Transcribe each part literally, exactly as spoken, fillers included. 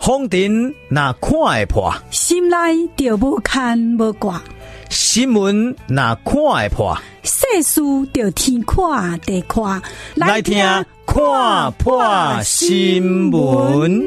风尘哪看会破， 心内就无牵无挂； 新闻哪看会破， 世事就天看地看。 来听看破新闻。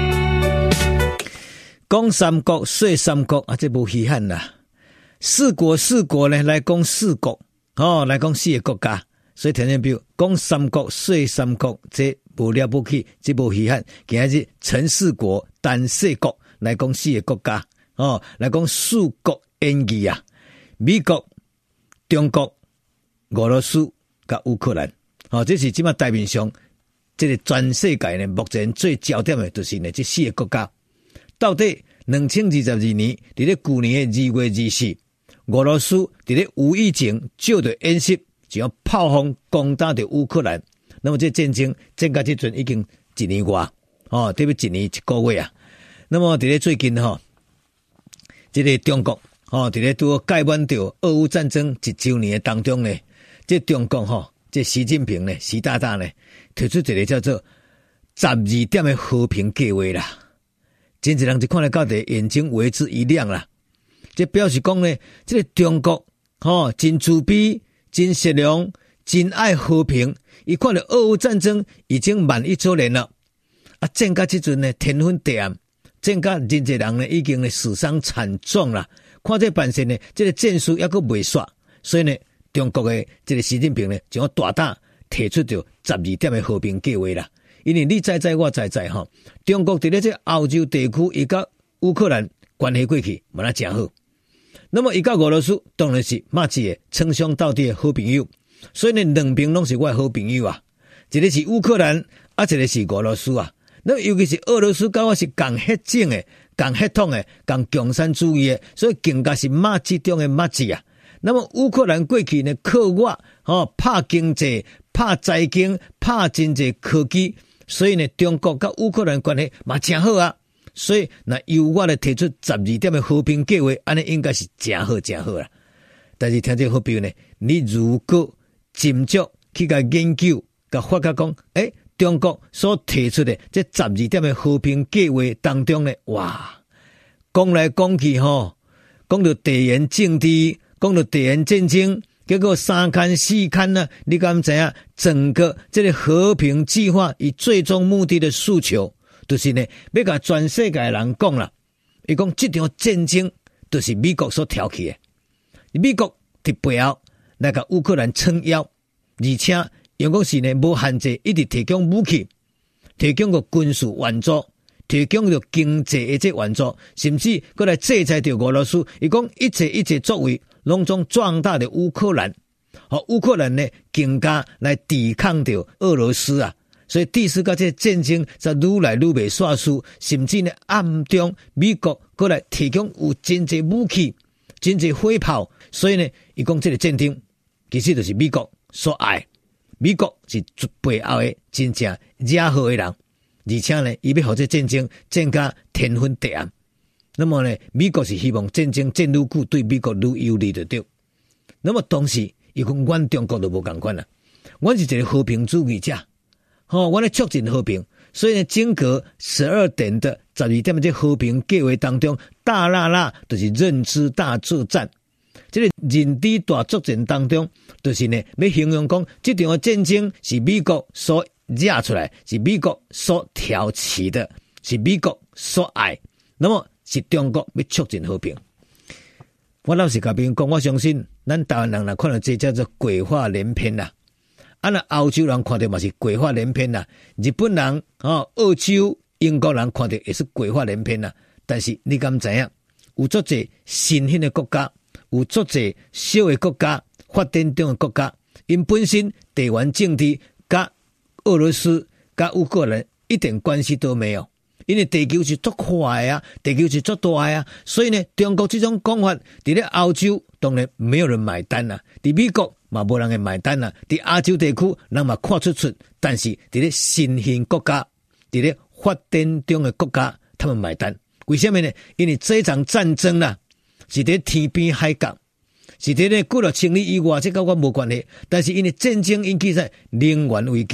讲三国说三国啊，这无稀罕啦。四国四国呢来讲四国哦，来讲四个国家。所以听众朋友讲三国说三国，这无了不起，这无稀罕。今日陈四国单四国来讲四个国家哦，来讲四国演义啊。美国、中国、俄罗斯甲乌克兰，哦，这是即马台面上这个全世界呢，目前最焦点的就是呢这四个国家。到底二零二十二年，伫咧去年的二月二四，俄罗斯伫咧无意前就着演习，就要炮轰攻打着乌克兰。那么这战争战到这阵已经一年外，哦，特别一年一个月啊。那么伫咧最近吼、哦，这个中国哦，伫咧拄盖满着俄乌战争一周年的当中呢，这中国吼、哦，这习近平呢，习大大呢，提出一个叫做十二点的和平计划啦。真侪人就看了到的眼睛为之一亮啦。这表示讲呢，这个中国哦，真慈悲、真善良、真爱和平。伊看到俄乌战争已经满一周年了，啊，战到这阵呢，天昏地暗，战到真侪人呢，已经呢死伤惨重啦。看这版面呢，这个战术还阁未煞，所以呢，中国的这个习近平呢，就要大胆提出着十二点的和平计划啦。因为你知知我知知吼，中国伫咧这欧洲地区，伊甲乌克兰关系过去嘛那真好。那么伊甲俄罗斯当然是马子的称兄道弟的好朋友，所以呢，两边拢是我的好朋友啊。一个是乌克兰，啊，一个是俄罗斯啊。那么尤其是俄罗斯，甲我是共血种的、共血统的、共共产主义的，所以更加是马子中的马子啊。那么乌克兰过去呢，靠我哦拍经济、拍财经、拍真济科技。所以呢，中国跟乌克兰关系嘛真好啊，所以那由我来提出十二点的和平计划，安尼应该是真好真好啦。但是听这好朋友呢，你如果斟酌去甲研究、甲发觉讲，诶，中国所提出的这十二点的和平计划当中呢，哇，讲来讲去吼，讲到地缘政治，讲到地缘战争。结果三刊四刊呢？你敢知影？整个这个和平计划以最终目的的诉求，就是呢，要甲全世界的人讲啦。伊讲这场战争就是美国所挑起的，美国伫背后来甲乌克兰撑腰，而且用讲是呢无限制，一直提供武器，提供个军事援助，提供着经济的这援助，甚至过来制裁着俄罗斯。伊讲一切一切作为。拢总壮大的乌克兰，和乌克兰呢更加来抵抗着俄罗斯啊，所以第四个这战争则愈来愈未煞输，甚至呢暗中美国过来提供有真济武器、真济火炮，所以呢，伊讲这个战争其实就是美国所爱，美国是背后的真正惹祸的人，而且呢，伊要让这战争战到天昏地暗。那么呢，美国是希望战争战愈久，对美国愈有利的对。那么当时，伊讲阮中国就无共款啦，阮是一个和平主义者，吼、哦，阮咧促进和平，所以呢，经过十二点的十二点的这和平计划当中，大啦啦就是认知大作战，这个认知大作战当中，就是呢，要形容讲，这场战争是美国所惹出来，是美国所挑起的，是美国所爱，那么。是中国要促进和平。我老实甲别人讲，我相信咱台湾人来看到这叫做鬼话连篇啦。啊，那欧洲人看到嘛是鬼话连篇啦，日本人、哦、澳洲、英国人看到也是鬼话连篇啦。但是你敢知影？有足侪新兴的国家，有足侪小的国家、发展中的国家，因本身地缘政治甲俄罗斯、甲乌克兰一点关系都没有。因为地球是足快啊，地球是足大啊，所以呢，中国这种讲法，伫咧欧洲当然没有人买单啦，伫美国嘛无人会买单啦，伫亚洲地区人嘛看出出，但是伫咧新兴国家，伫咧发展中的国家，他们买单。为什么呢？因为这场战争啦，是伫天边海角，是伫咧几落千里以外，这跟我无关系。但是因为战争引起在能源危机，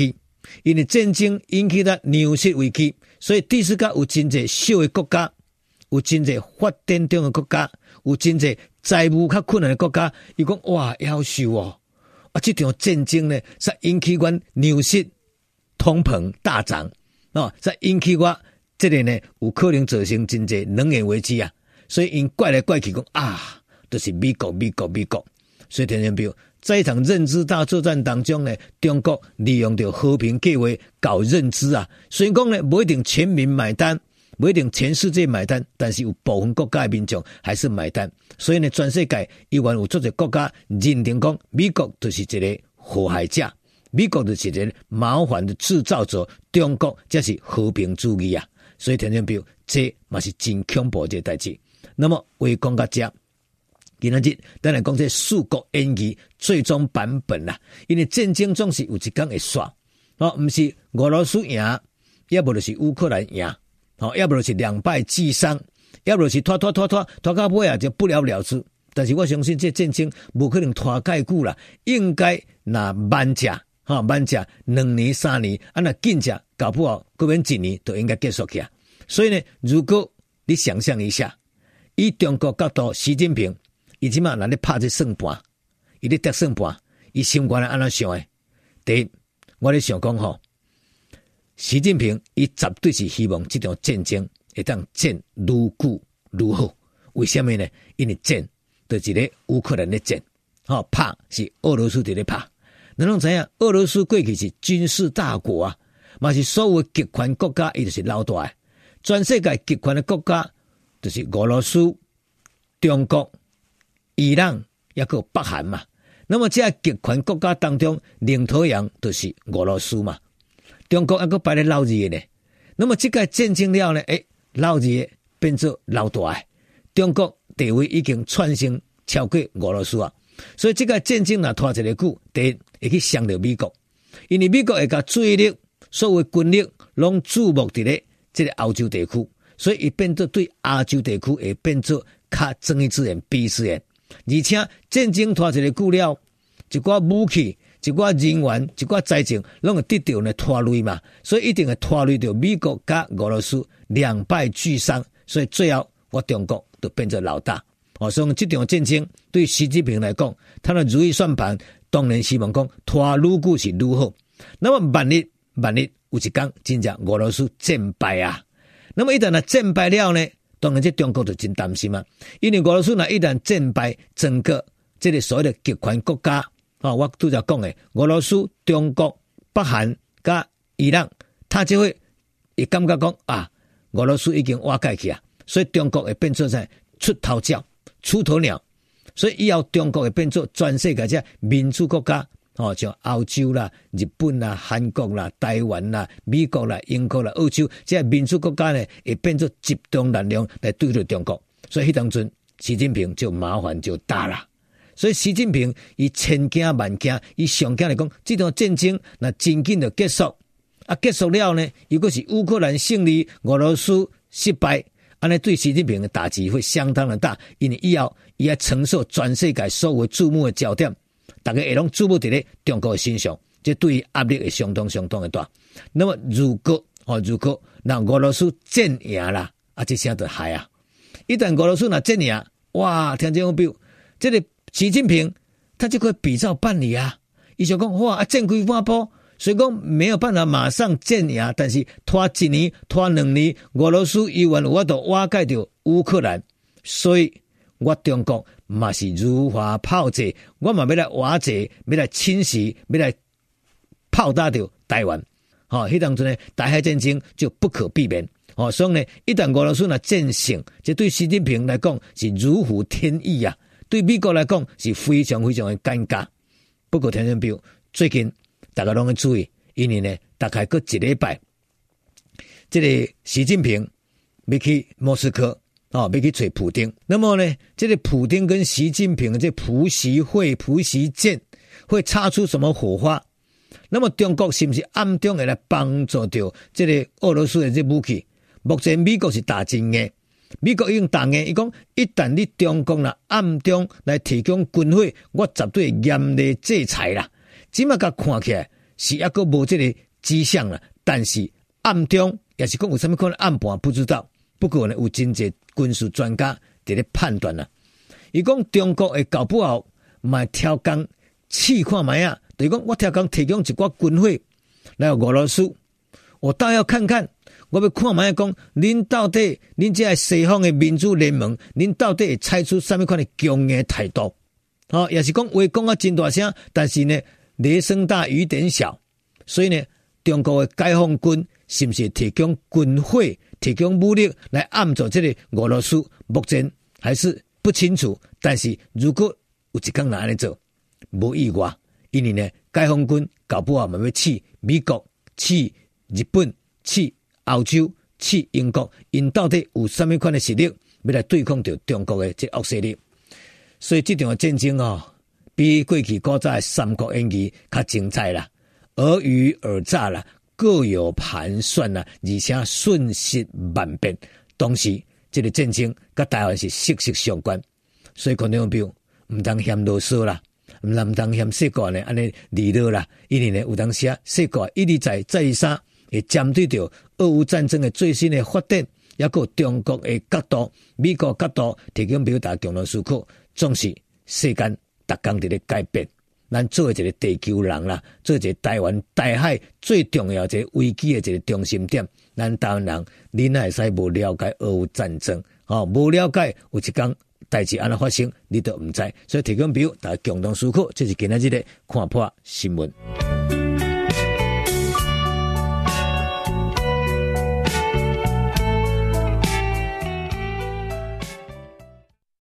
因为战争引起了粮食危机，所以第四个有真侪小的国家，有真侪发展中的国家，有真侪财务较困难的国家，伊讲哇夭寿哦，啊这场战争呢，才引起阮粮食通膨大涨，哦，才引起我这个呢有可能造成真侪能源危机啊，所以因怪来怪去讲啊，都、就是美国美国美国，所以听众朋友。在一场认知大作战当中呢，中国利用着和平计划搞认知啊，虽然讲呢不一定全民买单，不一定全世界买单，但是有部分国家的民众还是买单。所以呢，全世界依然有足侪国家认定讲美国就是一个祸害者，美国就是一个麻烦的制造者，中国才是和平主义啊。所以听众朋友，这嘛是真恐怖的代志。那么话讲到这。今仔日，咱来讲这四国演义最终版本啦。因为战争总是有一天会煞，哦，不是俄罗斯赢，要不就是乌克兰赢，哦，要不就是两败俱伤，要不就是拖拖拖拖拖到尾啊就不了了之。但是我相信这战争不可能拖介久啦，应该那慢者，哈、哦、慢者两年三年，啊那紧者搞不好过免一年都应该结束去啊。所以呢，如果你想象一下，以中国角度，习近平。伊即马若咧拍这算盘，伊咧得算盘，伊心肝咧安怎想诶？第一，我咧想讲吼，习近平伊绝对是希望这场战争会当战愈久愈好。为什么呢？因为战就是咧乌克兰咧战，吼拍是俄罗斯伫咧拍。咱拢知影，俄罗斯过去是军事大国啊，嘛是所有极权国家，伊就是老大诶。全世界极权的国家就是俄罗斯、中国。伊朗也有北韩嘛，那么这极权国家当中，领头羊就是俄罗斯嘛，中国还个摆咧老二的呢。那么这个战争了呢，诶，老二的变做老大的，中国地位已经窜升超过俄罗斯啊。所以这个战争若拖一个久，第一会去伤到美国，因为美国会甲注意力、所有军力拢注目伫咧这个欧洲地区，所以伊变做对亚洲地区会变做较睁一只眼闭一只眼。而且战争拖一个久了，一寡武器、一寡人员、一寡财政，拢会得到呢拖累嘛，所以一定会拖累到美国甲俄罗斯两败俱伤，所以最后我中国就变成老大。哦，所以这场战争对习近平来讲，他的如意算盘当然希望讲拖愈久是愈好。那么万一万一有一天真正俄罗斯战败啊，那么一旦呢战败了呢？当然，这中国就真担心嘛，因为俄罗斯若一旦战败，整个这个所谓的极权国家，啊、哦，我拄则讲的，俄罗斯、中国、北韩加伊朗，他就会会感觉讲啊，俄罗斯已经瓦解去啊，所以中国会变做啥出头鸟、出头鸟，所以以后中国会变做全世界这民主国家。哦，像欧洲啦、日本啦、韩国啦、台湾啦、美国啦、英国啦、澳洲，这民主国家呢，会变作集中力量来对付中国。所以迄当阵，习近平就麻烦就大啦。所以习近平伊千惊万惊，伊上惊来讲，这场战争那真紧就结束，啊结束了呢，如果是乌克兰胜利，俄罗斯失败，安尼对习近平的打击会相当的大，因为以后伊要承受全世界所有注目的焦点。大家会拢注目伫咧中国的身上，这对于压力会相当相当的大。那么如果哦，如果让俄罗斯战赢啦，啊，这下就害啊！一旦俄罗斯若战赢，哇，听这种表，这个习近平他就可以比照办理啊。伊就讲哇，啊，战规发布，所以讲没有办法马上战赢，但是拖一年、拖两年，俄罗斯依然有法度瓦解掉乌克兰，所以我中国。嘛是如法炮制，我嘛要来瓦解，要来侵袭，要来炮打掉台湾。好、哦，迄当中呢，台海战争就不可避免。哦，所以呢，一旦俄罗斯呢战胜，这对习近平来讲是如虎添翼啊，对美国来讲是非常非常的尴尬。不过听众朋友，最近大家拢要注意，因为呢，大概过一礼拜，这个习近平要去莫斯科。哦，要去找普丁。那么呢，这个普丁跟习近平的这普习会、普习剑会擦出什么火花？那么中国是不是暗中会来帮助到这个俄罗斯的这武器？目前美国是打真的，美国已经打硬，伊讲一旦你中共啦暗中来提供军火，我绝对严厉制裁啦。只嘛甲看起来是一个无这个迹象了，但是暗中也是讲有什么可能暗盘不知道。不过呢，有真侪军事专家伫咧判断啦。伊讲中国的搞不好，嘛挑工试看卖啊，就是讲我挑工提供一寡军火来俄罗斯，我倒要看看，我要看卖讲，恁到底恁这西方的民主联盟，恁到底会采取什么款的强硬态度？哦，也是讲话讲啊真大声，但是呢，雷声大雨点小，所以呢，中国的解放军是不是提供军火、提供武力来暗助这个俄罗斯？目前还是不清楚。但是如果有一天哪安尼做，无意外，因为呢，解放军搞不好嘛要去美国、去日本、去欧洲、去英国，因到底有什么款的实力，要来对抗到中国的这恶势力？所以这场的战争哦，比过去古早的三国演义较精彩啦，尔虞尔诈啦，各有盘算啦，而且瞬息万变。当时这个战争跟台湾是息息相关，所以观众朋友唔当嫌啰嗦啦，唔当嫌世界呢安尼离落啦，因为呢有当时啊世界一而再再而三会针对着俄乌战争的最新的发展，也有中国的角度、美国角度提供表达共同思考。总是世间逐工伫咧改变，咱做一个地球人啦，做一个台湾大海最重要一个危机的一个中心点。咱台湾人，你哪会使无了解俄乌战争？哦，无了解有一天代志安怎发生，你都唔知。所以提供表大家共同思考，这是今仔日的看破新闻。